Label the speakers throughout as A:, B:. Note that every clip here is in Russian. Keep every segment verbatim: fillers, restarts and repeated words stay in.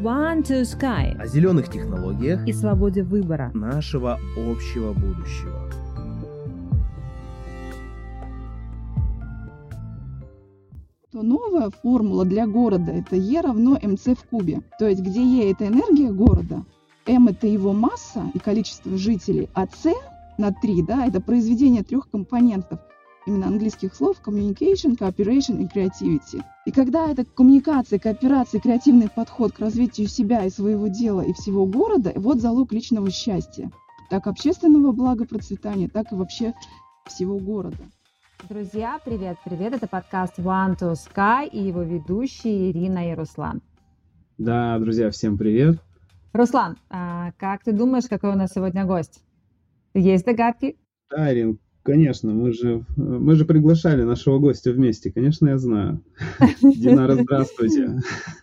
A: One to Sky
B: о зеленых технологиях
A: и свободе выбора
B: нашего общего будущего.
C: То новая формула для города — это E равно mc в кубе. То есть где E — это энергия города, m — это его масса и количество жителей, а C на три, да, это произведение трех компонентов, именно английских слов: communication, cooperation и creativity. И когда это коммуникация, кооперация, креативный подход к развитию себя и своего дела и всего города, вот залог личного счастья, как общественного благопроцветания, так и вообще всего города.
A: Друзья, привет, привет! Это подкаст One to Sky и его ведущие Ирина и Руслан.
D: Да, друзья, всем привет!
A: Руслан, а как ты думаешь, какой у нас сегодня гость? Есть догадки?
D: Да, Ирин, конечно, мы же, мы же приглашали нашего гостя вместе, конечно, я знаю. Динара, здравствуйте.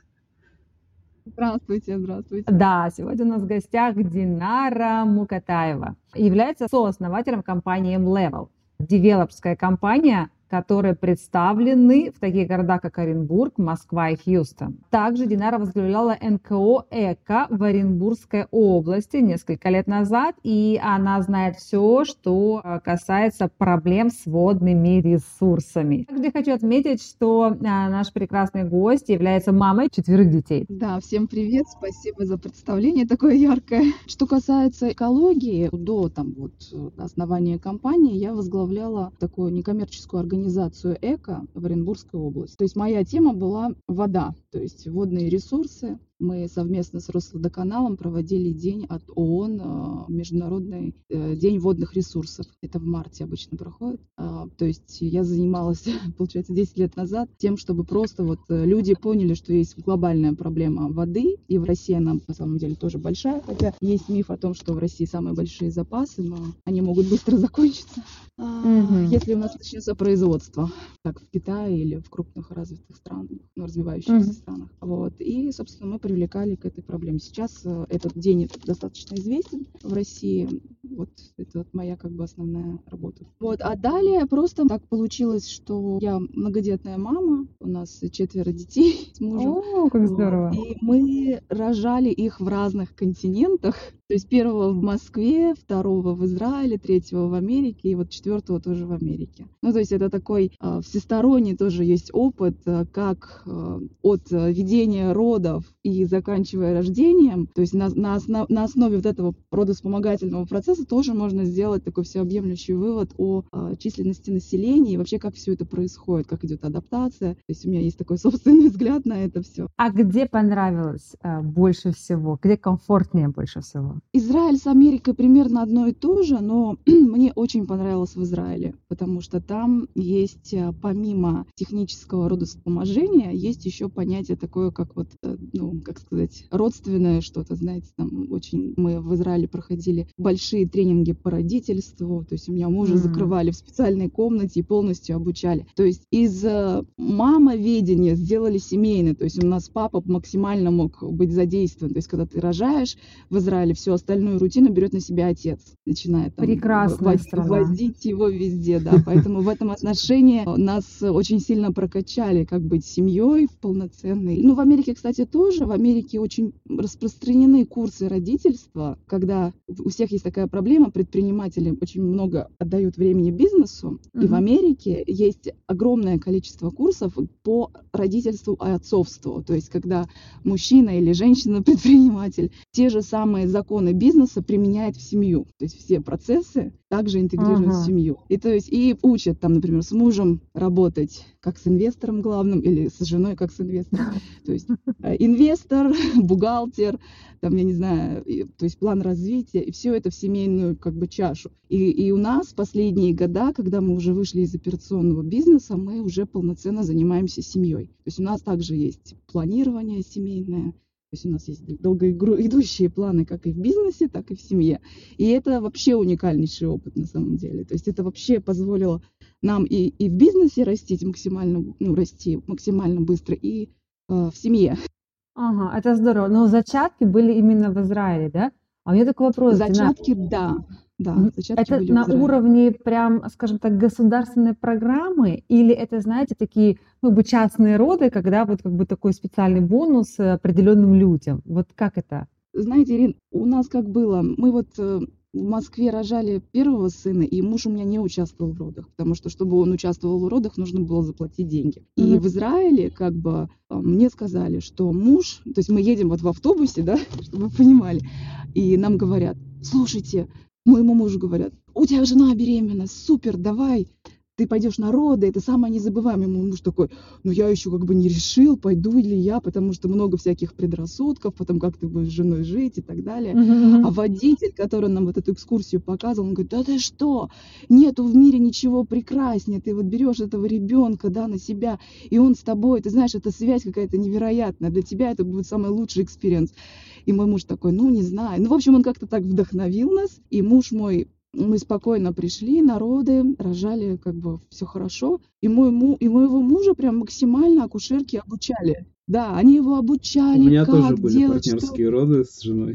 C: Здравствуйте, здравствуйте.
A: Да, сегодня у нас в гостях Динара Мукатаева. Является сооснователем компании M-Level. Девелоперская компания, которые представлены в таких городах, как Оренбург, Москва и Хьюстон. Также Динара возглавляла эн ка о «Эко» в Оренбургской области несколько лет назад, и она знает все, что касается проблем с водными ресурсами. Также хочу отметить, что наш прекрасный гость является мамой четверых детей.
C: Да, всем привет, спасибо за представление такое яркое. Что касается экологии, до там, вот, основания компании я возглавляла такую некоммерческую организацию, организацию «Эко» в Оренбургской области. То есть моя тема была вода, то есть водные ресурсы. Мы совместно с Росводоканалом проводили день от ООН, Международный день водных ресурсов. Это в марте обычно проходит. То есть я занималась, получается, десять лет назад тем, чтобы просто вот люди поняли, что есть глобальная проблема воды, и в России она на самом деле тоже большая, хотя есть миф о том, что в России самые большие запасы, но они могут быстро закончиться, mm-hmm. если у нас начнется производство, как в Китае или в крупных развитых странах, ну, развивающихся mm-hmm. странах. Вот. И, собственно, мы привлекали к этой проблеме. Сейчас э, этот день достаточно известен в России. Вот это вот моя как бы основная работа. Вот. А далее просто так получилось, что я многодетная мама, у нас четверо детей с мужем.
A: О, как здорово.
C: Вот. И мы рожали их в разных континентах. То есть первого в Москве, второго в Израиле, третьего в Америке и вот четвертого тоже в Америке. Ну, то есть это такой э, всесторонний тоже есть опыт, э, как э, от э, ведения родов и заканчивая рождением. То есть на, на, основ, на основе вот этого родовспомогательного процесса тоже можно сделать такой всеобъемлющий вывод о э, численности населения и вообще как все это происходит, как идет адаптация. То есть у меня есть такой собственный взгляд на это все.
A: А где понравилось э, больше всего? Где комфортнее больше всего?
C: Израиль с Америкой примерно одно и то же, но мне очень понравилось в Израиле, потому что там есть, помимо технического родовспоможения, есть еще понятие такое, как вот, ну, как сказать, родственное что-то, знаете, там очень, мы в Израиле проходили большие тренинги по родительству, то есть у меня мужа mm-hmm. закрывали в специальной комнате и полностью обучали. То есть из мамоведения сделали семейное, то есть у нас папа максимально мог быть задействован, то есть когда ты рожаешь в Израиле, все остальную рутину берет на себя отец, начинает там
A: в-
C: возить его везде, да, поэтому в этом отношении нас очень сильно прокачали, как быть семьей полноценной. Ну, в Америке, кстати, тоже, в Америке очень распространены курсы родительства, когда у всех есть такая проблема, предприниматели очень много отдают времени бизнесу, mm-hmm. и в Америке есть огромное количество курсов по родительству и отцовству, то есть когда мужчина или женщина-предприниматель те же самые законы бизнеса применяет в семью. То есть все процессы также интегрируют ага. в семью. И то есть и учат там, например, с мужем работать как с инвестором главным или с женой как с инвестором. То есть инвестор, бухгалтер, там, я не знаю, то есть план развития, и все это в семейную как бы чашу. И, и у нас последние года, когда мы уже вышли из операционного бизнеса, мы уже полноценно занимаемся семьей. То есть у нас также есть планирование семейное. То есть у нас есть долгоидущие планы как и в бизнесе, так и в семье. И это вообще уникальнейший опыт на самом деле. То есть это вообще позволило нам и, и в бизнесе расти максимально, ну, расти максимально быстро, и э, в семье.
A: Ага, это здорово. Но зачатки были именно в Израиле, да? А у меня такой вопрос.
C: Зачатки, да. Да,
A: Мгм.
C: зачатки
A: Это
C: были в
A: на
C: Израиле.
A: уровне прям, скажем так, государственной программы или это, знаете, такие, ну, бы частные роды, когда вот как бы такой специальный бонус э, определенным людям? Вот как это?
C: Знаете, Ирин, у нас как было, мы вот э, в Москве рожали первого сына, и муж у меня не участвовал в родах, потому что, чтобы он участвовал в родах, нужно было заплатить деньги. И
A: Мгм.
C: в Израиле, как бы, э, мне сказали, что муж, то есть мы едем вот в автобусе, да, чтобы вы понимали, и нам говорят, слушайте, моему мужу говорят, у тебя жена беременна, супер, давай, ты пойдешь на роды, это самое незабываемое. Мой муж такой, ну я еще как бы не решил, пойду ли я, потому что много всяких предрассудков, потом как ты будешь с женой жить и так далее.
A: Мгм,
C: А
A: мгм.
C: водитель, который нам вот эту экскурсию показывал, он говорит, да ты что, нету в мире ничего прекраснее, ты вот берешь этого ребенка, да, на себя, и он с тобой, ты знаешь, это связь какая-то невероятная, для тебя это будет самый лучший экспириенс. И мой муж такой, ну не знаю. Ну, в общем, он как-то так вдохновил нас, и муж мой, мы спокойно пришли на роды, рожали, как бы все хорошо. И, мой му, и моего мужа прям максимально акушерки обучали. Да, они его
D: У
C: обучали,
D: меня тоже
C: как
D: были
C: делать, что.
D: партнерские роды с женой.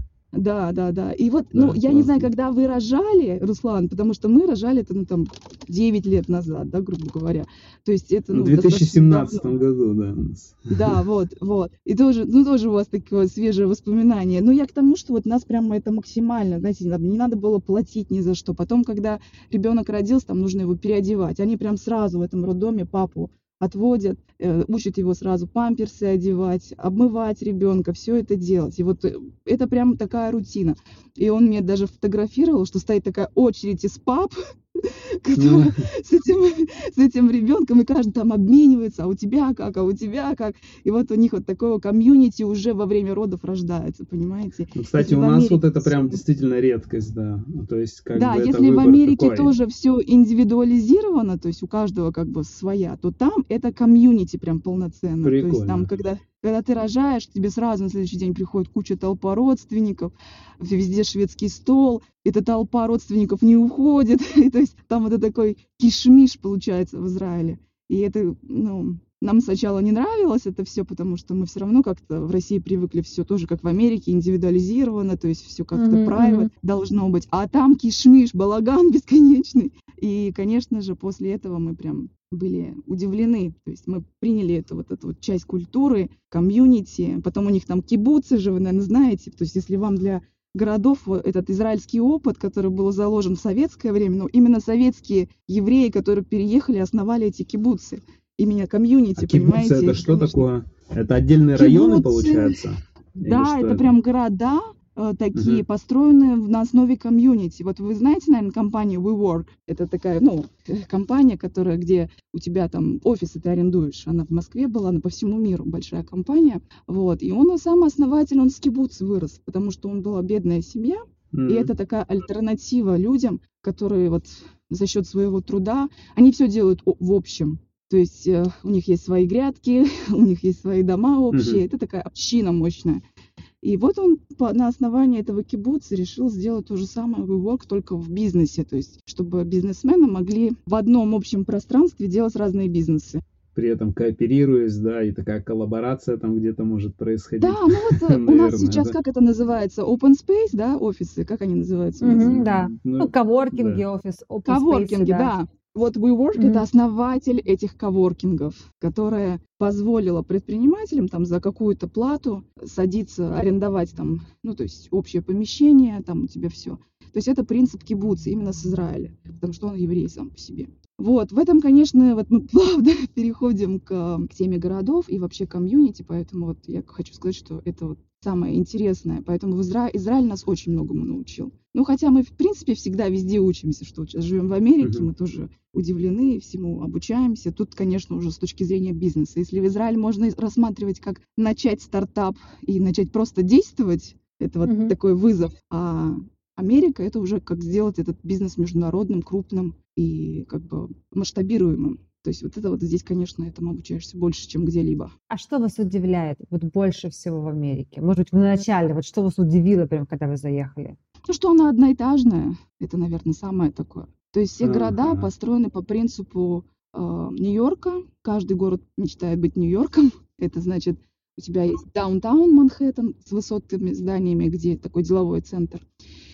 C: Да, да, да. И вот, ну,
D: Да,
C: я не знаю,
D: классно.
C: когда вы рожали, Руслан, потому что мы рожали это, ну, там, девять лет назад, да, грубо говоря. То есть это,
D: В
C: ну,
D: две тысячи
C: достаточно давно.
D: семнадцатом году, да, у нас.
C: Да, вот, вот. И тоже, ну, тоже у вас такое свежее воспоминание. Но я к тому, что вот нас прямо это максимально, знаете, не надо, не надо было платить ни за что. Потом, когда ребенок родился, там нужно его переодевать. Они прям сразу в этом роддоме папу отводят, э, учат его сразу памперсы одевать, обмывать ребенка, все это делать. И вот э, это прям такая рутина. И он мне даже фотографировал, что стоит такая очередь из пап,
D: Ну,
C: которая с этим, с этим ребенком, и каждый там обменивается, а у тебя как, а у тебя как. И вот у них вот такое комьюнити уже во время родов рождается, понимаете?
D: ну, кстати,
C: Если
D: у
C: в
D: нас вот
C: Америке
D: это прям
C: всё-
D: действительно редкость, да. Ну, то есть, как
C: да,
D: бы это
C: если в
D: выбор
C: Америке
D: такой.
C: тоже все индивидуализировано, то есть у каждого как бы своя, то там это комьюнити прям полноценно. То есть там,
D: Прикольно.
C: когда, когда ты рожаешь, тебе сразу на следующий день приходит куча толпа родственников, везде шведский стол, эта толпа родственников не уходит. И то есть там это такой кишмиш получается в Израиле. И это, ну, нам сначала не нравилось это все, потому что мы все равно как-то в России привыкли все тоже, как в Америке, индивидуализировано, то есть все как-то
A: Мгм,
C: private
A: мгм.
C: должно быть. А там кишмиш, балаган бесконечный. И, конечно же, после этого мы прям были удивлены. То есть мы приняли эту вот эту вот часть культуры, комьюнити. Потом у них там кибуцы же, вы, наверное, знаете. То есть если вам для городов вот этот израильский опыт, который был заложен в советское время, ну, именно советские евреи, которые переехали, основали эти кибуцы. Именно комьюнити,
D: А кибуцы
C: понимаете?
D: это
C: И,
D: что
C: конечно,
D: такое? Это отдельные районы,
C: кибуцы,
D: получается? Или
C: да,
D: что
C: это
D: это?
C: прям города э, такие,
D: Мгм.
C: построенные в- на основе комьюнити. Вот вы знаете, наверное, компанию WeWork? Это такая, ну, э, компания, которая, где у тебя там офисы ты арендуешь. Она в Москве была, она по всему миру, большая компания. Вот. И он сам основатель, он с кибуца вырос, потому что он была бедная семья. И
D: М.
C: это такая альтернатива людям, которые вот за счет своего труда, они все делают о- в общем. То есть э, у них есть свои грядки, у них есть свои дома общие.
D: Мгм.
C: Это такая община мощная. И вот он по- на основании этого кибуца решил сделать то же самое WeWork, только в бизнесе. То есть чтобы бизнесмены могли в одном общем пространстве делать разные бизнесы.
D: При этом кооперируясь, да, и такая коллаборация там где-то может
C: Да,
D: происходить,
C: ну вот э, у нас
D: наверное,
C: сейчас,
D: да?
C: как это называется, open space, да, офисы, как они называются у нас?
A: Мгм, да.
D: М,
A: Ну,
D: Ну,
A: коворкинги,
D: да.
A: офис, open space,
C: Коворкинги,
A: да.
C: да. Вот WeWork — это
A: Мгм.
C: основатель этих коворкингов, которая позволила предпринимателям там за какую-то плату садиться, арендовать там, ну, то есть общее помещение, там у тебя все. То есть это принцип кибуца именно с Израиля, потому что он еврей сам по себе. Вот, в этом, конечно, вот мы плавно переходим к, к теме городов и вообще комьюнити, поэтому вот я хочу сказать, что это вот самое интересное. Поэтому в Изра... Израиль нас очень многому научил. Ну, хотя мы, в принципе, всегда везде учимся, что сейчас живем в Америке,
D: Мгм.
C: мы тоже удивлены, всему обучаемся. Тут, конечно, уже с точки зрения бизнеса. Если в Израиль можно рассматривать как начать стартап и начать просто действовать, это вот
A: Мгм.
C: такой вызов. А Америка — это уже как сделать этот бизнес международным, крупным и как бы масштабируемым. То есть вот это вот здесь, конечно, этому обучаешься больше, чем где-либо.
A: А что вас удивляет вот больше всего в Америке? Может быть, в начале, вот что вас удивило прям, когда вы заехали?
C: Ну, что она одноэтажная, это, наверное, самое такое. То есть все города
D: Ага.
C: построены по принципу э, Нью-Йорка. Каждый город мечтает быть Нью-Йорком. Это значит, у тебя есть даунтаун Манхэттен с высотными зданиями, где такой деловой центр.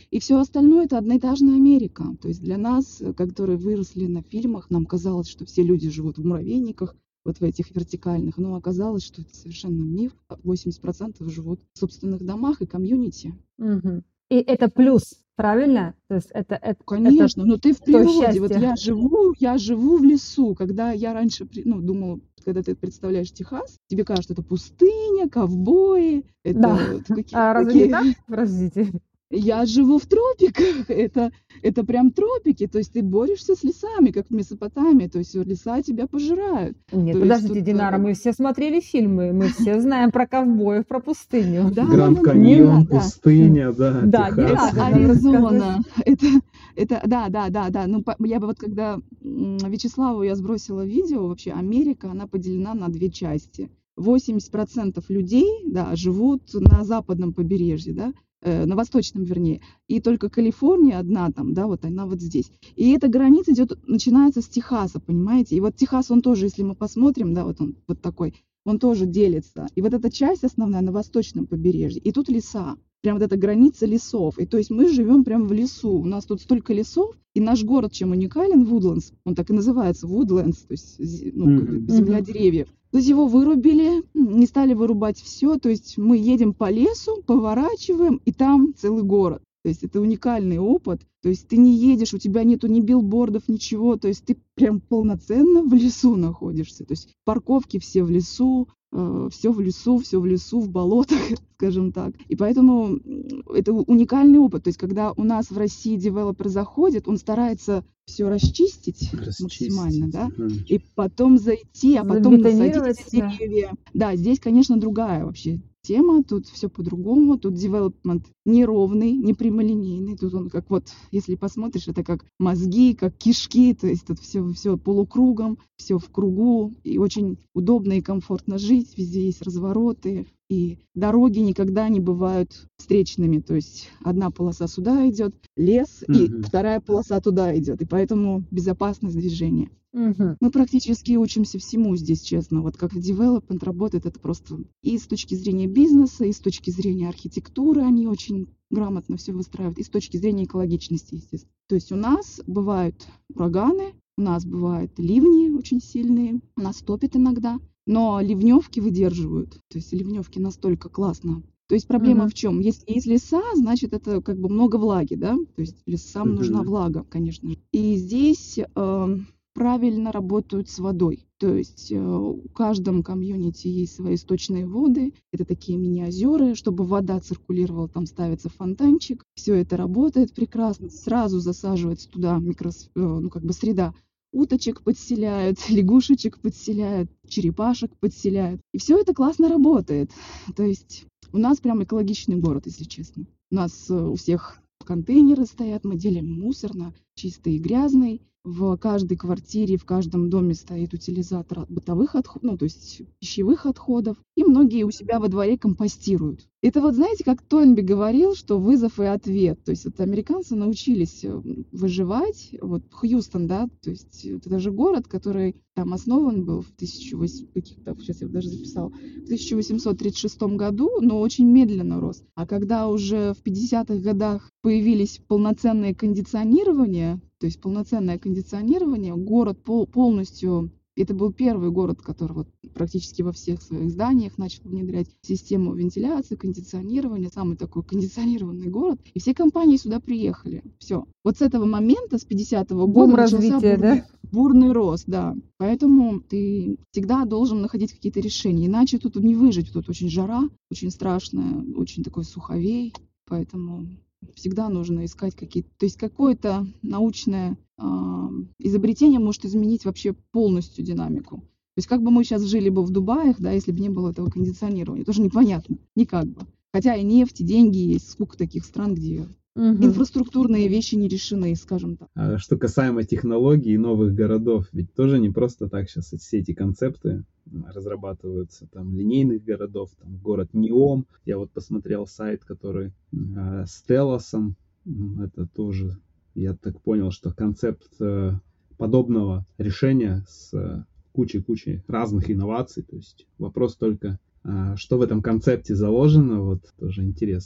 C: И все остальное — это одноэтажная Америка. То есть для нас, э, которые выросли на фильмах, нам казалось, что все люди живут в муравейниках, вот в этих вертикальных, но оказалось, что это совершенно миф. восемьдесят процентов живут в собственных домах и комьюнити.
A: Мгм. И это плюс, правильно? То есть это, это, это
C: Конечно, но ты в
A: то
C: природе. Вот
A: счастье.
C: я живу, я живу в лесу. Когда я раньше, при- ну, думала, когда ты представляешь Техас, тебе кажется, это пустыня, ковбои,
A: Да.
C: это какие-то
A: А разве не
C: такие.
A: так? Подождите.
C: Я живу в тропиках, это, это прям тропики, то есть ты борешься с лесами, как в Месопотамии, то есть леса тебя пожирают.
A: Нет,
C: То есть
A: подождите,
C: тут,
A: Динара,
C: э,
A: мы все смотрели фильмы, мы все знаем про ковбоев, про пустыню.
C: да, да,
D: Гранд
C: да, да,
D: Каньон,
C: да, да.
D: пустыня, да,
A: Да, не
C: Это
D: Техас.
A: надо нам рассказывать.
C: Аризона, это, это, да, да, да, да. Ну, по- я бы вот когда м, Вячеславу я сбросила видео, вообще Америка, она поделена на две части. восемьдесят процентов людей, да, живут на западном побережье, да, э, на восточном, вернее, и только Калифорния одна там, да, вот она вот здесь. И эта граница идет, начинается с Техаса, понимаете? И вот Техас, он тоже, если мы посмотрим, да, вот он вот такой, он тоже делится. И вот эта часть основная на восточном побережье. И тут леса. Прям вот эта граница лесов. И то есть мы живем прямо в лесу. У нас тут столько лесов. И наш город чем уникален, Вудлендс, он так и называется, Woodlands, то есть зе- ну, как бы
D: Мгм.
C: земля
A: Мгм.
C: деревьев. То есть его вырубили, м, не стали вырубать все. То есть мы едем по лесу, поворачиваем, и там целый город. То есть это уникальный опыт. То есть ты не едешь, у тебя нету ни билбордов, ничего. То есть ты прям полноценно в лесу находишься. То есть парковки все в лесу, все в лесу, все в лесу, в болотах, скажем так. И поэтому м, это у- уникальный опыт. То есть когда у нас в России девелопер заходит, он старается все расчистить максимально,
D: Расчистить.
C: да,
D: Мгм.
C: и потом зайти, а потом насадить
A: Забетонировать,
C: эти
A: да.
C: деревья. Да, здесь, конечно, другая вообще тема, тут все по-другому, тут девелопмент неровный, не прямолинейный, тут он как вот, если посмотришь, это как мозги, как кишки, то есть тут все, все полукругом, все в кругу, и очень удобно и комфортно жить, везде есть развороты, и дороги никогда не бывают встречными, то есть одна полоса сюда идет, лес, и
D: Мгм.
C: вторая полоса туда идет, и поэтому безопасность движения.
A: Мгм.
C: Мы практически учимся всему здесь, честно. Вот как девелопмент работает, это просто и с точки зрения бизнеса, и с точки зрения архитектуры они очень грамотно все выстраивают, и с точки зрения экологичности, естественно. То есть у нас бывают ураганы, у нас бывают ливни очень сильные, нас топит иногда, но ливневки выдерживают. То есть ливневки настолько классно. То есть проблема
A: Мгм.
C: в чем? Если есть леса, значит это как бы много влаги, да? То есть лесам нужна
D: Мгм.
C: влага, конечно же. И здесь эм, правильно работают с водой. То есть э, у каждом комьюнити есть свои источные воды. Это такие мини-озера. Чтобы вода циркулировала, там ставится фонтанчик. Все это работает прекрасно. Сразу засаживается туда микрос, э, ну, как бы среда. Уточек подселяют, лягушечек подселяют, черепашек подселяют. И все это классно работает. То есть у нас прям экологичный город, если честно. У нас э, у всех контейнеры стоят, мы делим мусор на чистый и грязный. В каждой квартире, в каждом доме стоит утилизатор бытовых отходов, ну, то есть пищевых отходов. И многие у себя во дворе компостируют. Это вот, знаете, как Тойнби говорил, что вызов и ответ. То есть вот американцы научились э, выживать. Вот Хьюстон, да, то есть это даже город, который там основан был в тысяча восемьсот, каких-то, сейчас я даже записала, в тысяча восемьсот тридцать шестом году, но очень медленно рос. А когда уже в пятидесятых годах появились полноценные кондиционирования, то есть полноценное кондиционирование, город пол- полностью, это был первый город, который вот практически во всех своих зданиях начал внедрять систему вентиляции, кондиционирования, самый такой кондиционированный город, и все компании сюда приехали. Все. Вот с этого момента, с пятидесятого года,
A: Бум
C: начался
A: развития,
C: бурный,
A: да?
C: бурный рост, да. Поэтому ты всегда должен находить какие-то решения, иначе тут не выжить. Тут очень жара, очень страшная, очень такой суховей, поэтому всегда нужно искать какие-то... То есть какое-то научное а, изобретение может изменить вообще полностью динамику. То есть как бы мы сейчас жили бы в Дубаях, да, если бы не было этого кондиционирования, тоже непонятно, никак бы. Хотя и нефть, и деньги есть, сколько таких стран, где
A: Мгм.
C: инфраструктурные вещи не решены, скажем так.
D: А что касаемо технологий и новых городов, ведь тоже не просто так сейчас все эти концепты м, разрабатываются, там, линейных городов, там, город Неом. Я вот посмотрел сайт, который э, с Телосом, м, это тоже, я так понял, что концепт э, подобного решения с э, кучей-кучей разных инноваций, то есть вопрос только, э, что в этом концепте заложено, вот, тоже интересно.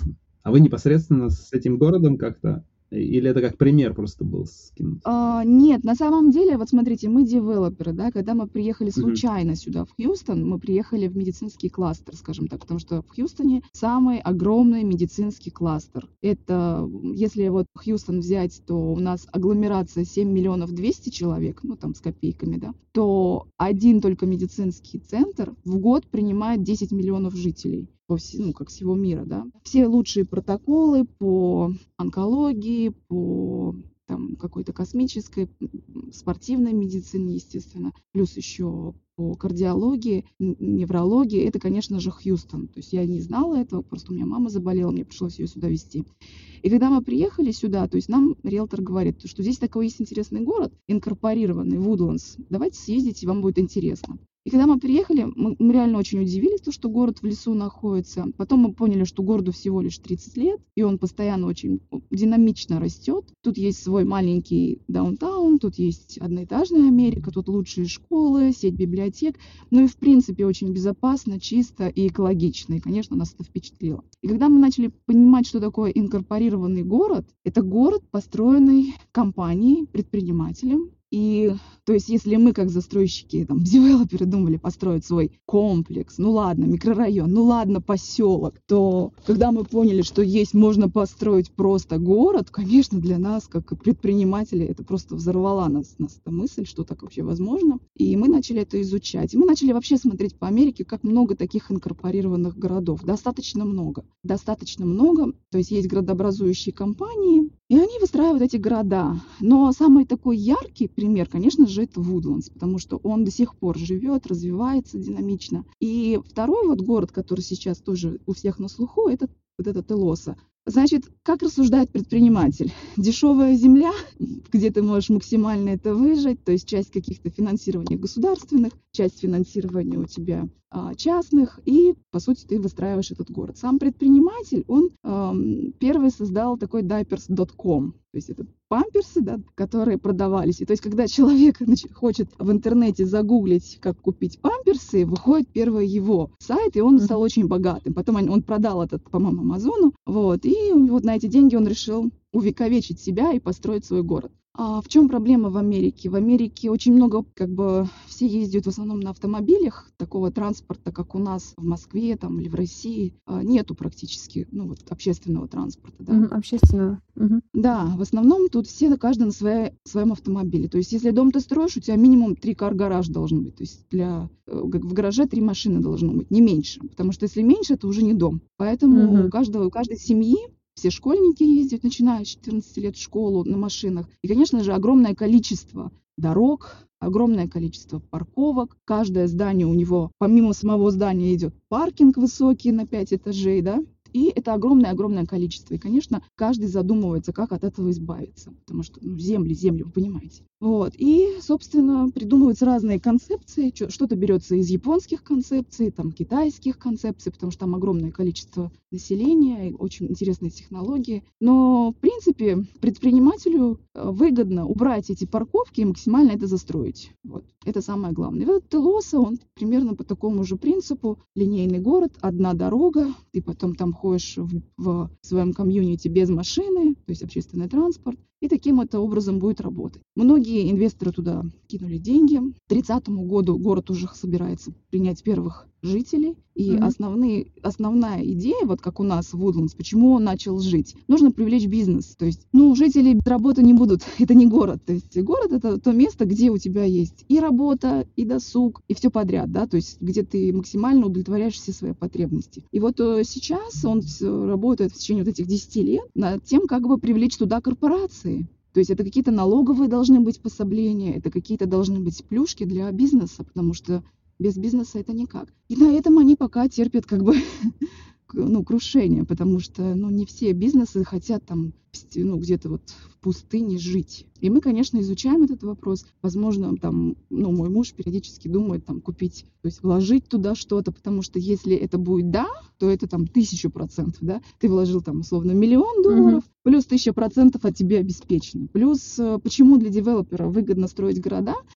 D: А вы непосредственно с этим городом как-то, или это как пример просто был скинут?
C: А, нет, на самом деле, вот смотрите, мы девелоперы, да, когда мы приехали
D: Мгм.
C: случайно сюда, в Хьюстон, мы приехали в медицинский кластер, скажем так, потому что в Хьюстоне самый огромный медицинский кластер. Это, м, если вот Хьюстон взять, то у нас агломерация семь миллионов двести человек, ну там с копейками, да, то один только медицинский центр в год принимает десять миллионов жителей. По вс- ну, как всего мира, да. Все лучшие протоколы по онкологии, по там какой-то космической, м, спортивной медицине, естественно, плюс еще по кардиологии, н- неврологии, это, конечно же, Хьюстон. То есть я не знала этого, просто у меня мама заболела, мне пришлось ее сюда везти. И когда мы приехали сюда, то есть нам риэлтор говорит, что здесь такой есть интересный город, инкорпорированный, Вудландс, давайте съездите, вам будет интересно. И когда мы приехали, мы, мы реально очень удивились, то, что город в лесу находится. Потом мы поняли, что городу всего лишь тридцать лет, и он постоянно очень динамично растет. Тут есть свой маленький даунтаун, тут есть одноэтажная Америка, тут лучшие школы, сеть библиотек. Ну и в принципе очень безопасно, чисто и экологично. И, конечно, нас это впечатлило. И когда мы начали понимать, что такое инкорпорированный город, это город, построенный компанией, предпринимателем. И то есть, если мы, как застройщики, там, девелоперы, думали построить свой комплекс, ну ладно, микрорайон, ну ладно, поселок, то когда мы поняли, что есть, можно построить просто город, конечно, для нас, как предпринимателей, это просто взорвала нас, нас эта мысль, что так вообще возможно. И мы начали это изучать. И мы начали вообще смотреть по Америке, как много таких инкорпорированных городов. Достаточно много. Достаточно много. То есть есть градообразующие компании, и они выстраивают эти города. Но самый такой яркий пример, конечно же, это Вудландс, потому что он до сих пор живет, развивается динамично. И второй вот город, который сейчас тоже у всех на слуху, это вот этот Элоса. Значит, как рассуждает предприниматель? Дешевая земля, где ты можешь максимально это выжать, то есть часть каких-то финансирования государственных, часть финансирования у тебя а, частных, и, по сути, ты выстраиваешь этот город. Сам предприниматель, он эм, первый создал такой дайперс точка ком, то есть это памперсы, да, которые продавались. И то есть, когда человек значит, хочет в интернете загуглить, как купить памперсы, выходит первый его сайт, и он стал очень богатым. Потом он, он продал этот, по-моему, Амазону, вот, и у него на эти деньги он решил увековечить себя и построить свой город. А в чем проблема в Америке? В Америке очень много, как бы, все ездят в основном на автомобилях, такого транспорта, как у нас в Москве там, или в России, а, нету практически, ну, вот, общественного транспорта, да.
E: Мгм, общественного. Мгм.
C: Да, в основном тут все, каждый на своей, своем автомобиле. То есть, если дом ты строишь, у тебя минимум три кар-гараж должен быть. То есть, для, э, как в гараже три машины должно быть, не меньше. Потому что если меньше, это уже не дом. Поэтому у
E: Мгм.
C: каждого, у каждой семьи все школьники ездят, начиная с четырнадцати лет в школу на машинах. И, конечно же, огромное количество дорог, огромное количество парковок. Каждое здание у него, помимо самого здания, идет паркинг высокий на пять этажей, да. И это огромное-огромное количество. И, конечно, каждый задумывается, как от этого избавиться. Потому что, ну, земли, земли, вы понимаете. Вот. И, собственно, придумываются разные концепции. Чё- Что-то берется из японских концепций, там, китайских концепций, потому что там огромное количество населения, и очень интересные технологии. Но, в принципе, предпринимателю э, выгодно убрать эти парковки и максимально это застроить. Вот. Это самое главное. И вот Телоса, он примерно по такому же принципу. Линейный город, одна дорога, ты потом там ходишь в, в своем комьюнити без машины, то есть общественный транспорт, и таким это образом будет работать. Многие инвесторы туда кинули деньги. К тридцатому году город уже собирается принять первых жителей. И
E: Мгм.
C: основные, основная идея, вот как у нас в Вудландс, почему он начал жить, нужно привлечь бизнес. То есть, ну, жители без работы не будут, это не город. То есть город — это то место, где у тебя есть и работа, и досуг, и все подряд, да, то есть где ты максимально удовлетворяешь все свои потребности. И вот э, сейчас он всё работает в течение вот этих десяти лет над тем, как бы привлечь туда корпорации. То есть это какие-то налоговые должны быть пособления, это какие-то должны быть плюшки для бизнеса, потому что без бизнеса это никак. И на этом они пока терпят как бы к- ну, крушение, потому что ну, не все бизнесы хотят там в сти- ну, где-то вот в пустыне жить. И мы, конечно, изучаем этот вопрос. Возможно, там, ну, мой муж периодически думает там купить, то есть вложить туда что-то, потому что если это будет да, то это там тысячу процентов, да. Ты вложил там условно миллион долларов, плюс тысяча процентов от тебе обеспечено. Плюс э, почему для девелопера выгодно строить города?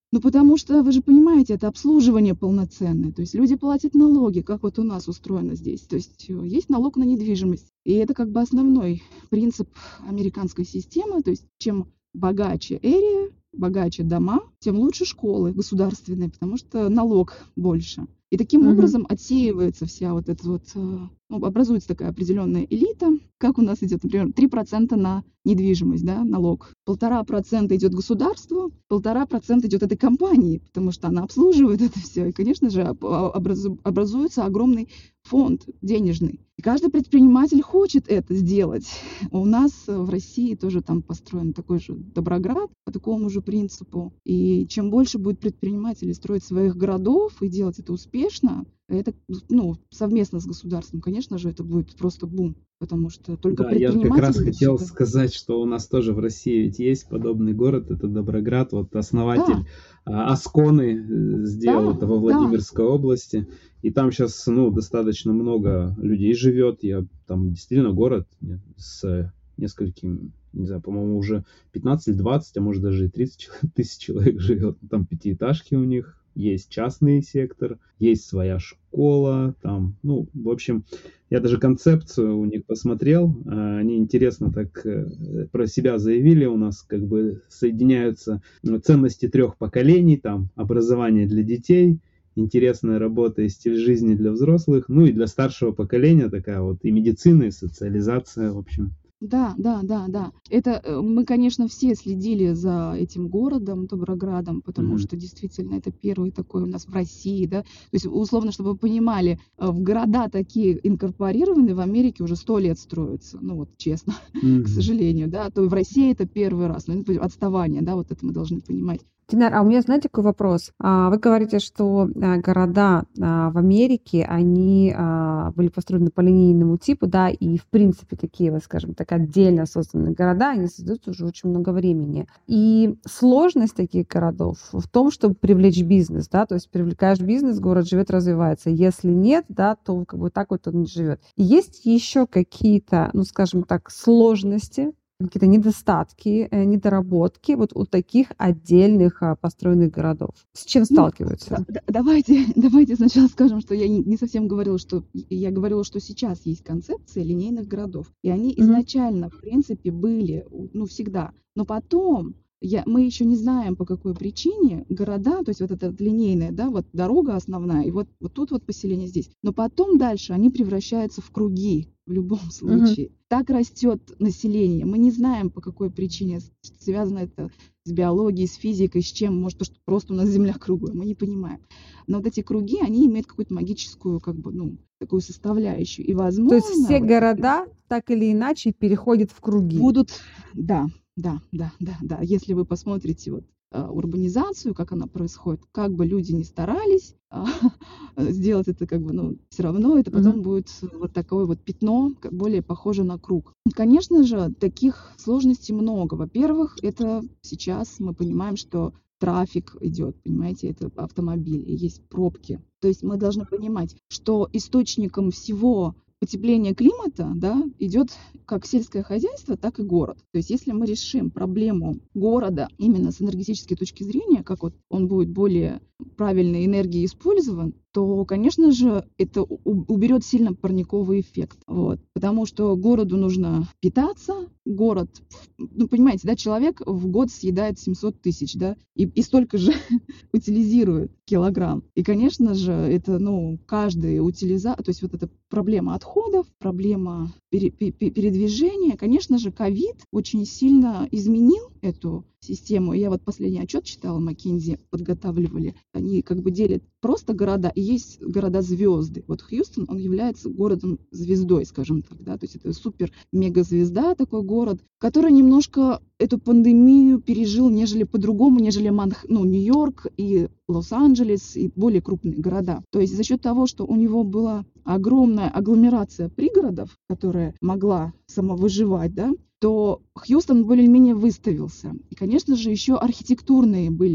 C: Ну, потому что, вы же понимаете, это обслуживание полноценное. То есть люди платят налоги, как вот у нас устроено здесь. То есть э, есть налог на недвижимость. И это как бы основной принцип американской системы. То есть чем богаче area, богаче дома, тем лучше школы государственные, потому что налог больше. И таким
A: Мгм.
C: образом отсеивается вся вот эта вот, э, ну, образуется такая определенная элита. Как у нас идет, например, три процента на недвижимость, да, налог. Полтора процента идет государству, полтора процента идет этой компании, потому что она обслуживает это все. И, конечно же, об- а- образу- образуется огромный фонд денежный. И каждый предприниматель хочет это сделать. У нас э, в России тоже там построен такой же Доброград по такому же принципу. И чем больше будет предпринимателей строить своих городов и делать это успешно, это, ну, совместно с государством, конечно же, это будет просто бум, потому что только
D: Да, я как раз
C: предприниматели
D: хотел
C: это...
D: сказать, что у нас тоже в России ведь есть подобный город, это Доброград, вот
C: Да,
D: основатель а, Асконы э, сделал
C: да,
D: это во
C: да.
D: Владимирской области, и там сейчас, ну, достаточно много людей живет, я там действительно город э, с несколькими, не знаю, по-моему, уже пятнадцать или двадцать, а может даже и тридцать чело- тысяч человек живет, там пятиэтажки у них, есть частный сектор, есть своя школа, там, ну, в общем, я даже концепцию у них посмотрел, а, они интересно так э, про себя заявили, у нас как бы соединяются ну, ценности трех поколений, там, образование для детей, интересная работа и стиль жизни для взрослых, ну и для старшего поколения такая вот и медицина, и социализация, в общем.
C: Да, да, да, да. Это э, мы, конечно, все следили за этим городом, Доброградом, потому
D: Мгм.
C: что действительно это первый такой у нас в России, да. То есть, условно, чтобы вы понимали, э, в города такие инкорпорированные в Америке уже сто лет строятся, ну вот честно, к
D: Мгм.
C: сожалению, да. То в России это первый раз, ну, это отставание, да, вот это мы должны понимать.
A: Динар, а у меня, знаете, какой вопрос? А, Вы говорите, что а, города а, в Америке, они а, были построены по линейному типу, да, и в принципе такие, вот, скажем так, отдельно созданные города, они создаются уже очень много времени. И сложность таких городов в том, чтобы привлечь бизнес, да, то есть привлекаешь бизнес, город живет, развивается. Если нет, да, то как бы так вот он не живет. И есть еще какие-то, ну, скажем так, сложности, какие-то недостатки, э, недоработки вот у таких отдельных а, построенных городов? С чем
C: Ну, да-
A: сталкиваются?
C: да- давайте, давайте сначала скажем, что я не не совсем говорила, что я говорила, что сейчас есть концепция линейных городов, и они
A: Мгм.
C: изначально, в принципе, были, у- ну, всегда. Но потом я, мы еще не знаем, по какой причине города, то есть вот эта вот линейная, да, вот дорога основная, и вот, вот тут вот поселение здесь. Но потом дальше они превращаются в круги в любом
A: Мгм.
C: случае. Так растет население. Мы не знаем, по какой причине с- связано это с биологией, с физикой, с чем, может, потому что просто у нас Земля круглая, мы не понимаем. Но вот эти круги, они имеют какую-то магическую, как бы, ну, такую составляющую. И,
A: То есть
C: возможно,
A: все
C: вот такие
A: города так или иначе переходят в круги.
C: будут, да, да, да, да, да. Если вы посмотрите вот а, урбанизацию, как она происходит, как бы люди ни старались а, сделать это, как бы, ну, все равно это
A: Мгм.
C: потом будет вот такое вот пятно, как более похоже на круг. И, конечно же, таких сложностей много. Во-первых, это сейчас мы понимаем, что трафик идет, понимаете, это автомобили, есть пробки. То есть мы должны понимать, что источником всего потепления климата, да, идет как сельское хозяйство, так и город. То есть если мы решим проблему города именно с энергетической точки зрения, как вот он будет более правильной энергией использован, то, конечно же, это у- уберет сильно парниковый эффект. Вот. Потому что городу нужно питаться, город, ну, понимаете, да, человек в год съедает семьсот тысяч, да, и, и столько же утилизирует килограмм. И, конечно же, это, ну, каждый утилиза, то есть вот эта проблема отходов, проблема пере- пе- пе- передвижения, конечно же, ковид очень сильно изменил эту систему. Я вот последний отчет читала, McKinsey подготавливали. Они как бы делят просто города, и есть города-звезды. Вот Хьюстон, он является городом-звездой, скажем так, да, то есть это супер-мега-звезда, такой город, который немножко эту пандемию пережил, нежели по-другому, нежели Манх... ну, Нью-Йорк и Лос-Анджелес и более крупные города. То есть за счет того, что у него была огромная агломерация пригородов, которая могла самовыживать, да, то Хьюстон более-менее выставился. И, конечно же, еще архитектурные были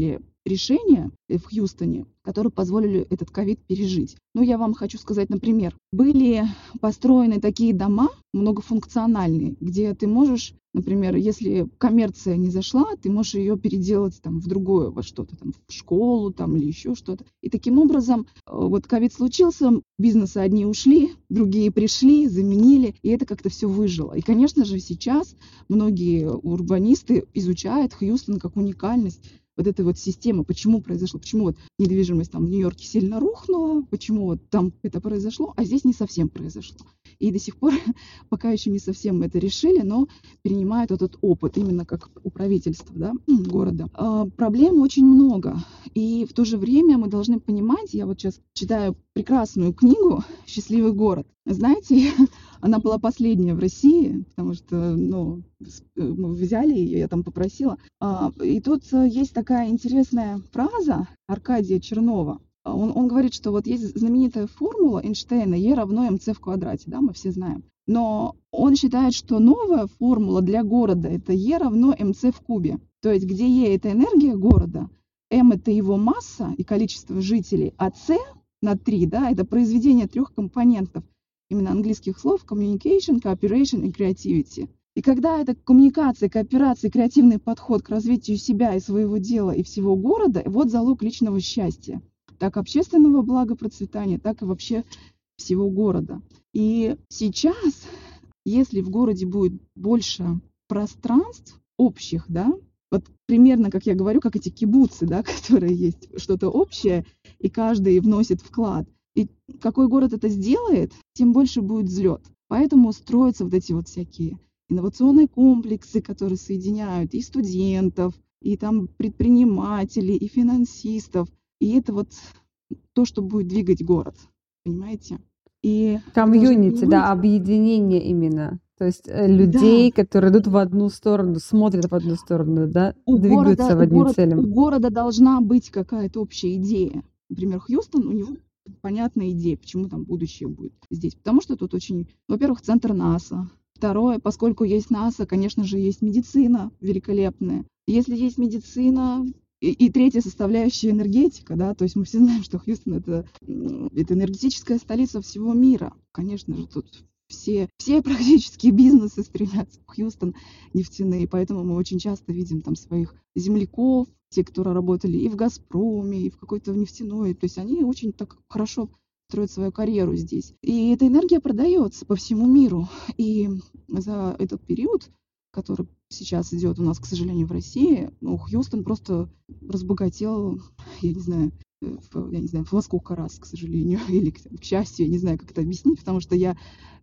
C: решения в Хьюстоне, которые позволили этот ковид пережить. Ну, я вам хочу сказать, например, были построены такие дома многофункциональные, где ты можешь, например, если коммерция не зашла, ты можешь ее переделать там в другое, во что-то там, в школу там или еще что-то. И таким образом, вот ковид случился, бизнесы одни ушли, другие пришли, заменили, и это как-то все выжило. И, конечно же, сейчас многие урбанисты изучают Хьюстон как уникальность вот этой вот системы, почему произошло, почему вот недвижимость там в Нью-Йорке сильно рухнула, почему вот там это произошло, а здесь не совсем произошло. И до сих пор пока еще не совсем это решили, но перенимают этот опыт именно как у правительства, да, города. А, проблем очень много. И в то же время мы должны понимать, я вот сейчас читаю прекрасную книгу «Счастливый город». Знаете, она была последняя в России, потому что, ну, мы взяли ее, я там попросила. А, и тут есть такая интересная фраза Аркадия Чернова. Он, он говорит, что вот есть знаменитая формула Эйнштейна E равно mc в квадрате, да, мы все знаем. Но он считает, что новая формула для города это E равно mc в кубе. То есть где E это энергия города, m это его масса и количество жителей, а c на три, да, это произведение трех компонентов, именно английских слов communication, cooperation и creativity. И когда это коммуникация, кооперация, креативный подход к развитию себя и своего дела и всего города, вот залог личного счастья. Так общественного благопроцветания, так и вообще всего города. И сейчас, если в городе будет больше пространств общих, да, вот примерно, как я говорю, как эти кибуцы, да, которые есть что-то общее, и каждый вносит вклад. И какой город это сделает, тем больше будет взлет. Поэтому строятся вот эти вот всякие инновационные комплексы, которые соединяют и студентов, и там предпринимателей, и финансистов. И это вот то, что будет двигать город, понимаете? И
A: комьюнити, да, объединение именно. То есть людей, да, которые идут в одну сторону, смотрят в одну сторону, да,
C: у
A: двигаются
C: города,
A: в одним
C: город,
A: целям.
C: У города должна быть какая-то общая идея. Например, Хьюстон, у него понятная идея, почему там будущее будет здесь. Потому что тут очень, во-первых, центр НАСА. Второе, поскольку есть НАСА, конечно же, есть медицина великолепная. Если есть медицина, и, и третья составляющая энергетика, да, то есть мы все знаем, что Хьюстон это, это энергетическая столица всего мира. Конечно же, тут все, все практически бизнесы стремятся в Хьюстон нефтяные, поэтому мы очень часто видим там своих земляков, те, которые работали и в «Газпроме», и в какой-то нефтяной, то есть они очень так хорошо строят свою карьеру здесь. И эта энергия продается по всему миру. И за этот период, который сейчас идет у нас, к сожалению, в России, ну, Хьюстон просто разбогател, я не знаю, в, я не знаю, во сколько раз, к сожалению, или к, к счастью, я не знаю, как это объяснить, потому что я,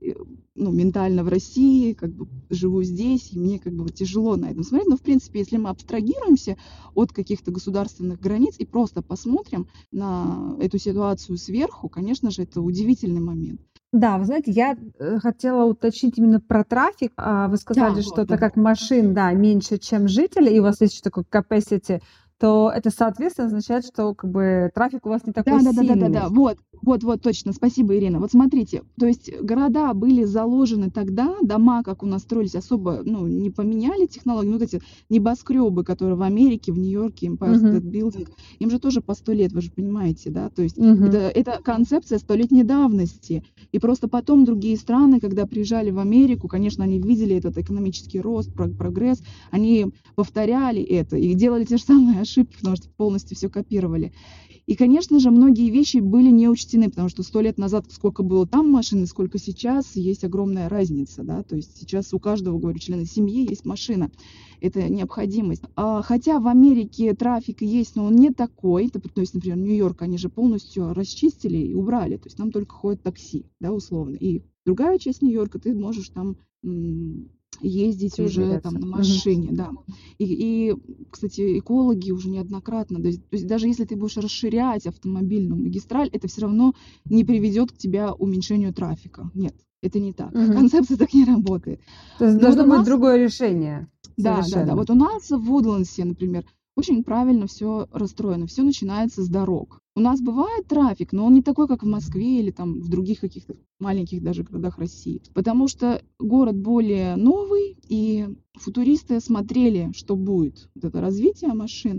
C: ну, ментально в России, как бы живу здесь, и мне как бы вот тяжело на этом смотреть. Но, в принципе, если мы абстрагируемся от каких-то государственных границ и просто посмотрим на эту ситуацию сверху, конечно же, это удивительный момент.
A: Да, вы знаете, я хотела уточнить именно про трафик. Вы сказали,
C: Да,
A: что
C: вот,
A: это
C: да.
A: как машин, да, меньше, чем жителей, и у вас есть еще такой capacity, то это, соответственно, означает, что как бы трафик у вас не такой
C: Да, да, да, да, да,
A: сильный.
C: да. Вот, вот, вот, точно. Спасибо, Ирина. Вот смотрите, то есть города были заложены тогда, дома, как у нас строились, особо, ну, не поменяли технологии. Ну, вот эти небоскребы, которые в Америке, в Нью-Йорке, Empire
A: Мгм.
C: State Building, им же тоже по сто лет, вы же понимаете, да? То есть
A: Мгм.
C: это, это концепция столетней давности. И просто потом другие страны, когда приезжали в Америку, конечно, они видели этот экономический рост, про- прогресс, они повторяли это и делали те же самые ошибки, потому что полностью все копировали. И, конечно же, многие вещи были не учтены, потому что сто лет назад сколько было там машин, и сколько сейчас, есть огромная разница, да, то есть сейчас у каждого, говорю, члена семьи есть машина, это необходимость. А, хотя в Америке трафик есть, но он не такой, то, то есть, например, Нью-Йорк, они же полностью расчистили и убрали, то есть там только ходят такси, да, условно, и другая часть Нью-Йорка, ты можешь там м, ездить уже
A: Передвигаться.
C: там на
A: Мгм.
C: машине, да. И, и, кстати, экологи уже неоднократно, то есть, то есть даже если ты будешь расширять автомобильную магистраль, это все равно не приведет к тебя уменьшению трафика. Нет, это не так.
A: Мгм.
C: Концепция так не работает.
A: То есть
C: Но вот
A: должно
C: у
A: быть
C: нас,
A: другое решение.
C: да, да, да,
A: Совершенно.
C: вот у нас в Вудландсе, например, очень правильно все расстроено. Все начинается с дорог. У нас бывает трафик, но он не такой, как в Москве или там в других каких-то маленьких даже городах России. Потому что город более новый, и футуристы смотрели, что будет, вот это развитие машин,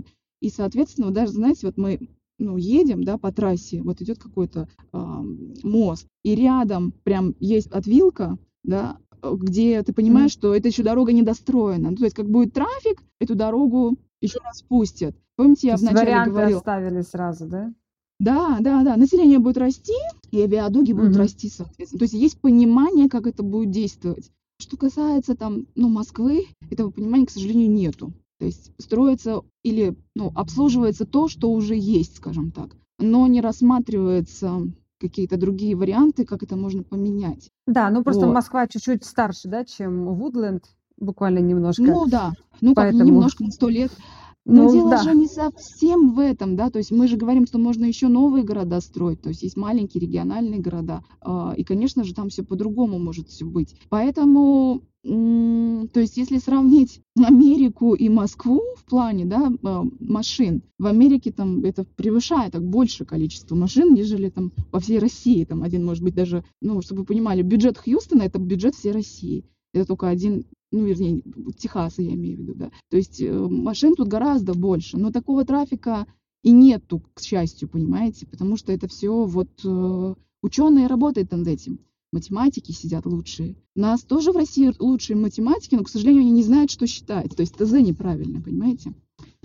C: И, соответственно, вот даже, знаете, вот мы ну, едем, да, по трассе, вот идет какой-то а, мост, и рядом прям есть отвилка, да, где ты понимаешь,
A: Мгм.
C: что эта еще дорога недостроена. Ну, то есть, как будет трафик, эту дорогу еще раз пустят. Помните,
A: То
C: я
A: есть
C: вначале
A: варианты
C: говорила,
A: оставили сразу, да?
C: да, да, да, население будет расти, и авиадоги будут
A: Мгм.
C: расти, соответственно. То есть есть понимание, как это будет действовать. Что касается там, ну, Москвы, этого понимания, к сожалению, нету. То есть строится или, ну, обслуживается то, что уже есть, скажем так, но не рассматриваются какие-то другие варианты, как это можно поменять.
A: Да, ну просто
C: Вот.
A: Москва чуть-чуть старше, да, чем Вудленд, буквально немножко,
C: Ну да, ну как
A: поэтому,
C: немножко на сто лет. Но
A: ну
C: дело же
A: да.
C: не совсем в этом, да, то есть мы же говорим, что можно еще новые города строить, то есть есть маленькие региональные города, а, и, конечно же, там все по-другому может все быть. Поэтому, м, то есть если сравнить Америку и Москву в плане, да, а, машин, в Америке там это превышает так больше количество машин, нежели там по всей России, там один, может быть, даже, ну, чтобы вы понимали, бюджет Хьюстона — это бюджет всей России. Это только один, ну, вернее, Техаса, я имею в виду, да. То есть э, машин тут гораздо больше, но такого трафика и нету, к счастью, понимаете, потому что это все вот э, ученые работают над этим. Математики сидят лучшие. У нас тоже в России лучшие математики, но, к сожалению, они не знают, что считать. То есть ТЗ неправильно, понимаете?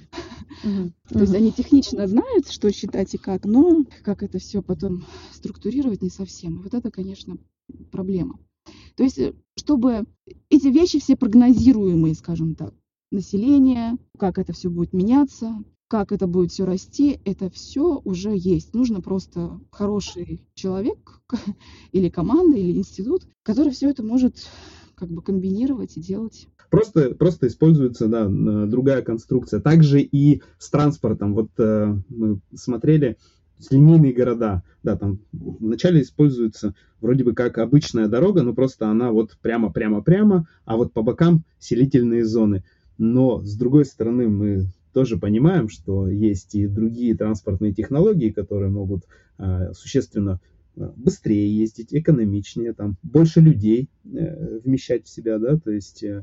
A: Мгм.
C: То есть
A: Мгм.
C: они технично знают, что считать и как, но как это все потом структурировать не совсем. Вот это, конечно, проблема. То есть, э, чтобы эти вещи все прогнозируемые, скажем так, население, как это все будет меняться, как это будет все расти, это все уже есть. Нужно просто хороший человек или команда, или институт, который все это может как бы комбинировать и делать.
D: Просто, просто используется, да, н- другая конструкция. Также и с транспортом. Вот э, мы смотрели линейные города. Да, там вначале используется вроде бы как обычная дорога, но просто она вот прямо-прямо-прямо, а вот по бокам селительные зоны. Но с другой стороны мы тоже понимаем, что есть и другие транспортные технологии, которые могут э, существенно э, быстрее ездить, экономичнее, там больше людей э, вмещать в себя, да, то есть э,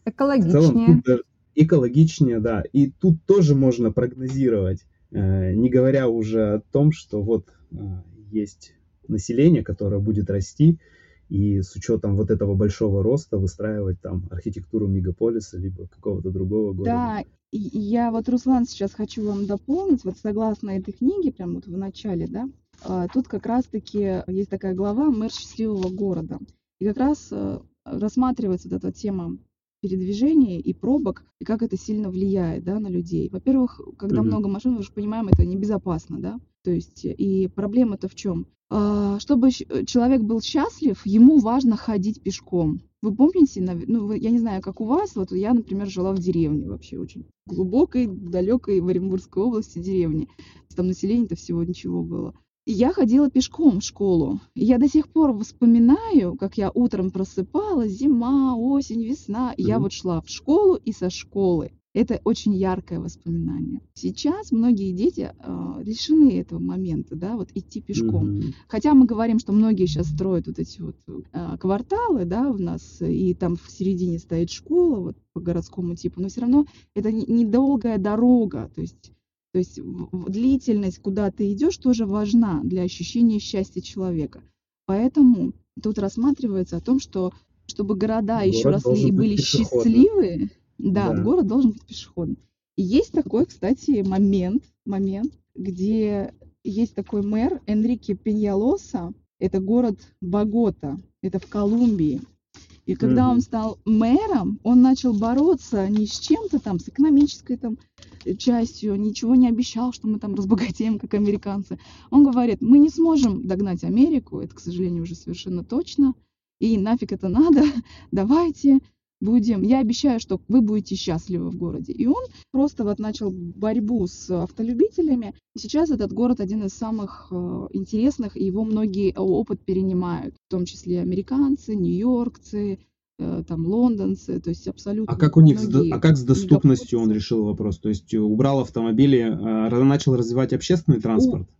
D: в целом
A: Экологичнее.
D: тут даже экологичнее, да, и тут тоже можно прогнозировать, э, не говоря уже о том, что вот э, есть население, которое будет расти, и с учетом вот этого большого роста выстраивать там архитектуру мегаполиса либо какого-то другого города.
C: Да, и и я вот, Руслан, сейчас хочу вам дополнить, вот согласно этой книге, прям вот в начале, да, а, тут как раз-таки есть такая глава «Мэр счастливого города». И как раз э, рассматривается вот эта тема передвижения и пробок, и как это сильно влияет, да, на людей. Во-первых, когда
D: Мгм.
C: много машин, мы же понимаем, это небезопасно, да. То есть, э, и проблема-то в чем? А, Чтобы щ- э, человек был счастлив, ему важно ходить пешком. Вы помните, нав- ну, вы- я не знаю, как у вас, вот я, например, жила в деревне вообще очень глубокой, далекой в Оренбургской области деревне. Там населения-то всего ничего было. И я ходила пешком в школу. И я до сих пор вспоминаю, как я утром просыпалась, зима, осень, весна. И я
D: Мгм.
C: вот шла в школу и со школы. Это очень яркое воспоминание. Сейчас многие дети а, лишены этого момента, да, вот идти пешком.
D: Мгм.
C: Хотя мы говорим, что многие сейчас строят вот эти вот а, кварталы, да, у нас, и там в середине стоит школа, вот по городскому типу, но все равно это не- недолгая дорога, то есть, то есть в- в- длительность, куда ты идешь, тоже важна для ощущения счастья человека. Поэтому тут рассматривается о том, что чтобы города еще
D: Город
C: росли и
D: должен быть
C: были
D: пешеходным.
C: счастливые, да,
D: Да.
C: город должен быть пешеходным. И есть такой, кстати, момент, момент, где есть такой мэр Энрике Пеньялоса, это город Богота, это в Колумбии. И когда он
D: Мгм.
C: стал мэром, он начал бороться не с чем-то там, с экономической там э, частью, ничего не обещал, что мы там разбогатеем, как американцы. Он говорит, мы не сможем догнать Америку, это, к сожалению, уже совершенно точно, и нафиг это надо, давайте будем, я обещаю, что вы будете счастливы в городе. И он просто вот начал борьбу с автолюбителями. И сейчас этот город один из самых э, интересных, и его многие э, опыт перенимают, в том числе американцы, нью-йоркцы, э, там лондонцы, то есть
D: А
C: абсолютно
D: как у них, с до- а
C: многие
D: как с доступностью он
C: мегаполисы.
D: решил вопрос? То есть э, убрал автомобили, э, ра- начал развивать общественный
C: У,
D: транспорт?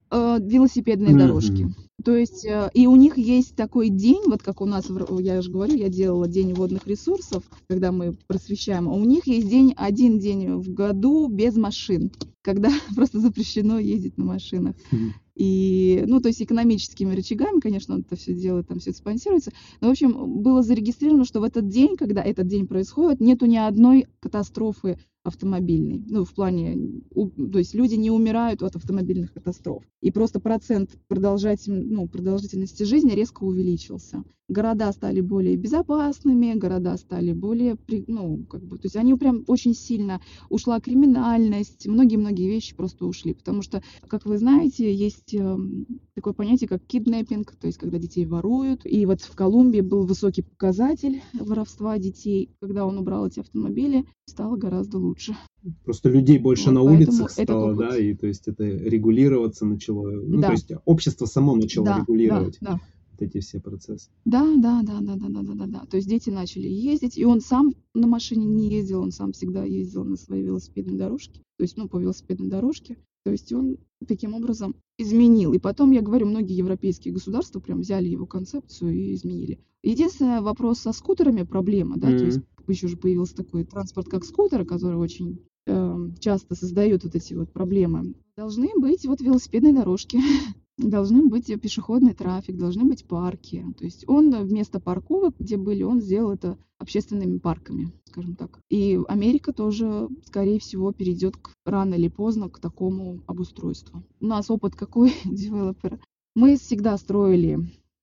C: э, велосипедные дорожки.
D: Мгм.
C: То есть, э, и у них есть такой день, вот как у нас, в Р- я же говорю, я делала день водных ресурсов, когда мы просвещаем, а у них есть день, один день в году без машин, когда просто запрещено ездить на машинах.
D: Мгм.
C: И, ну, то есть экономическими рычагами, конечно, он это все делает, там все это спонсируется. Но, в общем, было зарегистрировано, что в этот день, когда этот день происходит, нету ни одной катастрофы автомобильной. Ну, в плане, у- то есть люди не умирают от автомобильных катастроф. И просто процент продолжатель, ну, продолжительности жизни резко увеличился. Города стали более безопасными, города стали более, при- ну, как бы, то есть они прям очень сильно ушла криминальность, многие-многие вещи просто ушли, потому что, как вы знаете, есть эм, такое понятие, как киднеппинг, то есть когда детей воруют. И вот в Колумбии был высокий показатель воровства детей. Когда он убрал эти автомобили, стало гораздо лучше.
D: Просто людей больше
C: Вот,
D: на
C: поэтому
D: улицах
C: этот
D: стало,
C: опыт...
D: да, и то есть это регулироваться начало, ну, то
C: Да,
D: есть общество само начало
C: да, да,
D: регулировать
C: да.
D: вот эти все процессы.
C: Да, да, да, да, да, да, да, да, да. То есть дети начали ездить, и он сам на машине не ездил, он сам всегда ездил на своей велосипедной дорожке, то есть, ну, по велосипедной дорожке. То есть он таким образом изменил. И потом, я говорю, многие европейские государства прям взяли его концепцию и изменили. Единственный вопрос со скутерами проблема, да, то есть
D: Мгм.
C: еще же появился такой транспорт, как скутеры, который очень эм, часто создают вот эти вот проблемы. Должны быть вот велосипедные дорожки. Должны быть э, пешеходный трафик, должны быть парки. То есть он э, вместо парковок, где были, он сделал это общественными парками, скажем так. И Америка тоже, скорее всего, перейдет к, рано или поздно к такому обустройству. У нас опыт какой девелопера? Мы всегда строили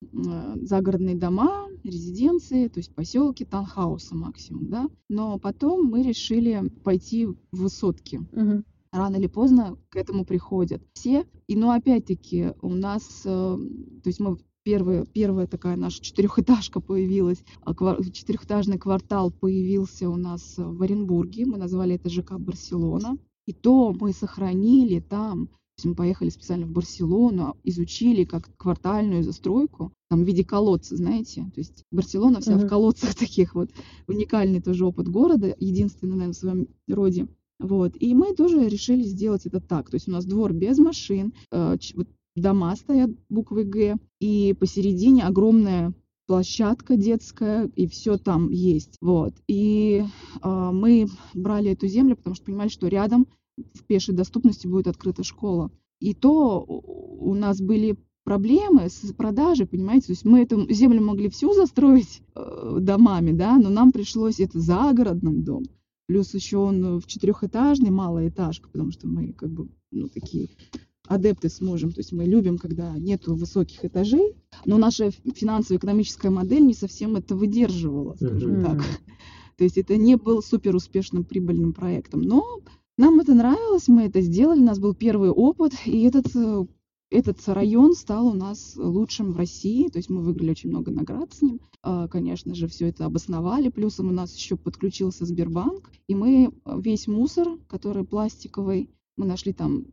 C: э, загородные дома, резиденции, то есть поселки, таунхаусы максимум, да. Но потом мы решили пойти в высотки.
A: Мгм.
C: Рано или поздно к этому приходят все. И, но опять-таки у нас, э, то есть мы первая, первая такая наша четырехэтажка появилась, а ква- четырехэтажный квартал появился у нас э, в Оренбурге. Мы назвали это ЖК Барселона. И то мы сохранили там. То есть мы поехали специально в Барселону, изучили как квартальную застройку, там в виде колодца, знаете. То есть Барселона вся в
A: Мгм.
C: колодцах таких вот. Уникальный тоже опыт города, единственный, наверное, в своем роде. Вот. И мы тоже решили сделать это так. То есть у нас двор без машин, э, ч- вот дома стоят буквой Г, и посередине огромная площадка детская, и все там есть. Вот. И а, мы брали эту землю, потому что понимали, что рядом в пешей доступности будет открыта школа. И то у у нас были проблемы с продажей, понимаете, то есть мы эту землю могли всю застроить э, домами, да, но нам пришлось это загородным дом. Плюс еще он э, в четырехэтажный, малоэтажка, потому что мы как бы, ну, такие адепты с мужем. То есть мы любим, когда нету высоких этажей, но наша ф- финансово-экономическая модель не совсем это выдерживала, скажем
D: Мгм.
C: так.
A: М.
C: То есть это не был супер успешным прибыльным проектом. Но нам это нравилось, мы это сделали, у нас был первый опыт, и этот, э, этот район стал у нас лучшим в России, то есть мы выиграли очень много наград с ним. А, Конечно же, все это обосновали, плюсом у нас еще подключился Сбербанк, и мы э, весь мусор, который пластиковый, мы нашли там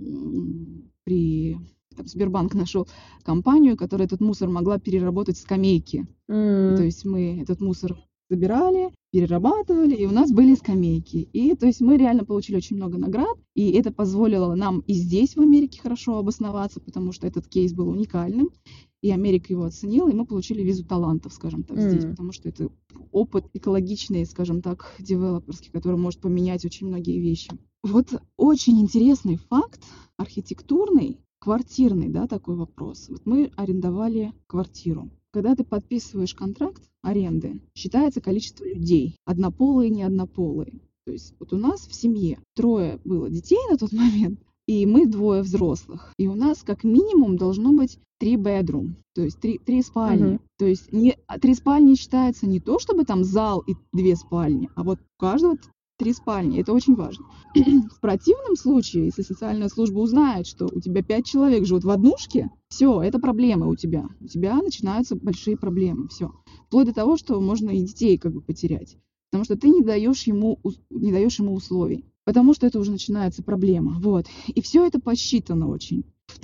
C: м, при... Там Сбербанк нашел компанию, которая этот мусор могла переработать в скамейки. И то
A: М.
C: есть мы этот мусор забирали, перерабатывали, и у нас были скамейки. И то есть мы реально получили очень много наград, и это позволило нам и здесь, в Америке, хорошо обосноваться, потому что этот кейс был уникальным, и Америка его оценила, и мы получили визу талантов, скажем так, здесь,
A: М.
C: потому что это опыт экологичный, скажем так, девелоперский, который может поменять очень многие вещи. Вот очень интересный факт, архитектурный, квартирный, да, такой вопрос. Вот мы арендовали квартиру. Когда ты подписываешь контракт аренды, считается количество людей, однополые и неоднополые. То есть вот у нас в семье трое было детей на тот момент, и мы двое взрослых. И у нас как минимум должно быть три bedroom, то есть три, три спальни.
A: Мгм.
C: То есть не, а три спальни считается не то, чтобы там зал и две спальни, а вот у каждого три спальни. Это очень важно. В противном случае, если социальная служба узнает, что у тебя пять человек живут в однушке, все, это проблемы у тебя. У тебя начинаются большие проблемы. Все. Вплоть до того, что можно и детей как бы потерять. Потому что ты не даешь ему, ус- не даешь ему условий. Потому что это уже начинается проблема. Вот. И все это посчитано очень.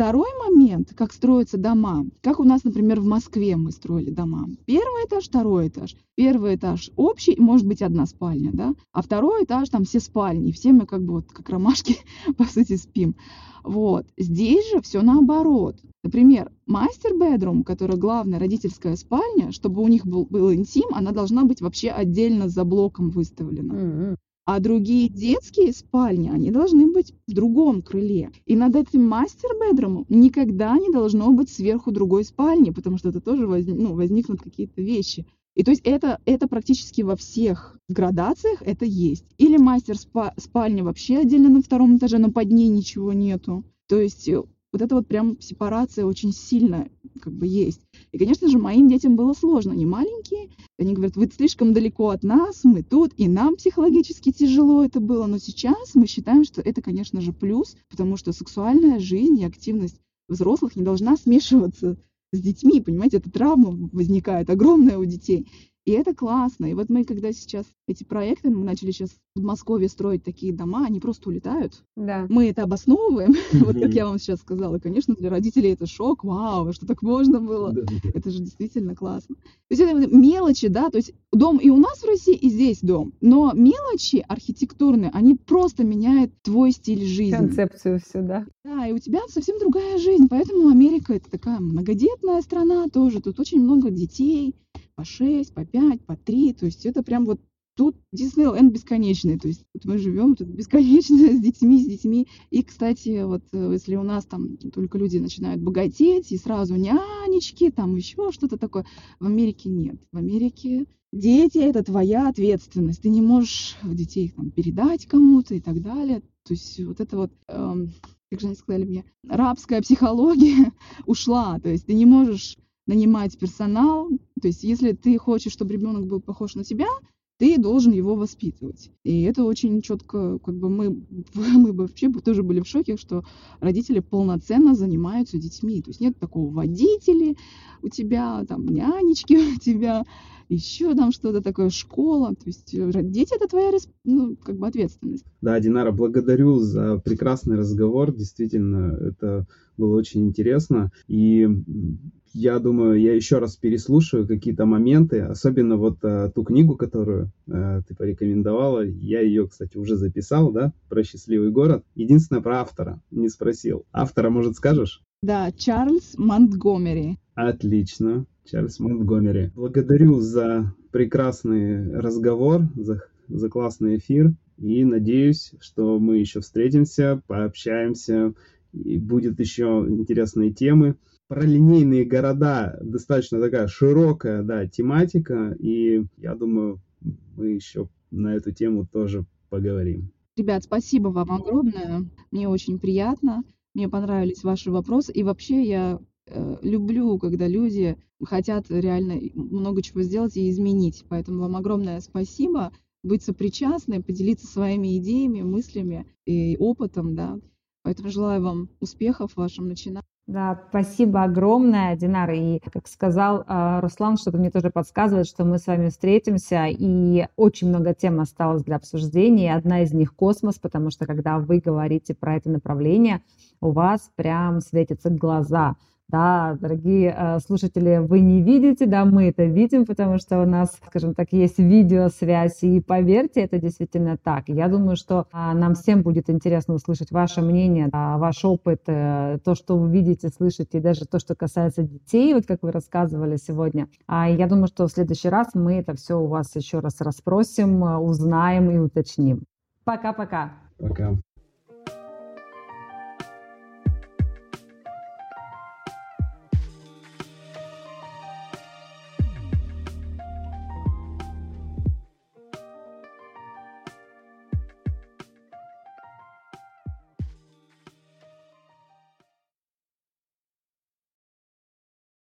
C: второй момент, как строятся дома, как у нас, например, в Москве мы строили дома. Первый этаж, второй этаж. Первый этаж общий, может быть, одна спальня, да, а второй этаж, там все спальни, и все мы как бы вот как ромашки, по сути, спим. Вот. Здесь же все наоборот. Например, мастер-бедрум, которая главная родительская спальня, чтобы у них был, был интим, она должна быть вообще отдельно за блоком выставлена.
A: М-м.
C: А другие детские спальни, они должны быть в другом крыле. И над этим мастер-бедрумом никогда не должно быть сверху другой спальни, потому что это тоже возник, ну, возникнут какие-то вещи. И то есть это, это практически во всех градациях это есть. Или мастер-спальня вообще отдельно на втором этаже, но под ней ничего нету. То есть э, вот это вот прям сепарация очень сильно как бы есть. И, конечно же, моим детям было сложно. Они маленькие, они говорят, вы слишком далеко от нас, мы тут, и нам психологически тяжело это было. Но сейчас мы считаем, что это, конечно же, плюс, потому что сексуальная жизнь и активность взрослых не должна смешиваться с детьми, понимаете, эта травма возникает огромная у детей. И это классно. И вот мы, когда сейчас эти проекты, мы начали сейчас в Подмосковье строить такие дома, они просто улетают.
A: Да.
C: Мы это обосновываем, вот как
D: Мгм.
C: я вам сейчас сказала. Конечно, для родителей это шок, вау, что так можно было.
D: Да, да.
C: Это же действительно классно. То есть это вот мелочи, да, то есть дом и у нас в России, и здесь дом. Но мелочи архитектурные, они просто меняют твой стиль жизни.
A: Концепцию всю, да.
C: Да, и у тебя совсем другая жизнь. Поэтому Америка это такая многодетная страна тоже. Тут очень много детей, по шесть, по пять, по три. То есть это прям вот тут Диснейленд бесконечный. То есть тут мы живем тут бесконечно с детьми, с детьми. И, кстати, вот э, если у нас там только люди начинают богатеть, и сразу нянечки, там еще что-то такое, в Америке нет. В Америке дети — это твоя ответственность. Ты не можешь детей там передать кому-то и так далее. То есть вот это вот, эм, как же они сказали мне, рабская психология ушла. То есть ты не можешь нанимать персонал. То есть если ты хочешь, чтобы ребенок был похож на тебя, ты должен его воспитывать. И это очень четко, как бы мы, мы бы вообще бы тоже были в шоке, что родители полноценно занимаются детьми. То есть нет такого водителя у тебя, там нянечки у тебя, еще там что-то такое, школа. То есть э, дети — это твоя рес- ну, как бы ответственность.
D: Да, Динара, благодарю за прекрасный разговор. Действительно, это было очень интересно. И м, я думаю, я еще раз переслушаю какие-то моменты, особенно вот э, ту книгу, которую э, ты порекомендовала. Я ее, кстати, уже записал, да, про счастливый город. Единственное, про автора не спросил. Автора, может, скажешь?
C: Да, Чарльз Монтгомери.
D: Отлично. Чарльз Монтгомери. Благодарю за прекрасный разговор, за, за классный эфир. И надеюсь, что мы еще встретимся, пообщаемся, и будет еще интересные темы. Про линейные города достаточно такая широкая, да, тематика. И я думаю, мы еще на эту тему тоже поговорим.
C: Ребят, спасибо вам огромное. Мне очень приятно. Мне понравились ваши вопросы. И вообще я э, люблю, когда люди хотят реально много чего сделать и изменить. Поэтому вам огромное спасибо. Быть сопричастной, поделиться своими идеями, мыслями и опытом, да. Поэтому желаю вам успехов в вашем начинании.
A: Да, спасибо огромное, Динара. И, как сказал а, Руслан, что-то мне тоже подсказывает, что мы с вами встретимся, и очень много тем осталось для обсуждения. И одна из них — космос, потому что, когда вы говорите про это направление, у вас прям светятся глаза. Да, дорогие э, слушатели, вы не видите, да, мы это видим, потому что у нас, скажем так, есть видеосвязь, и поверьте, это действительно так. Я думаю, что а, нам всем будет интересно услышать ваше мнение, а, ваш опыт, э, то, что вы видите, слышите, и даже то, что касается детей, вот как вы рассказывали сегодня. А я думаю, что в следующий раз мы это все у вас еще раз расспросим, э, узнаем и уточним. Пока-пока.
D: Пока.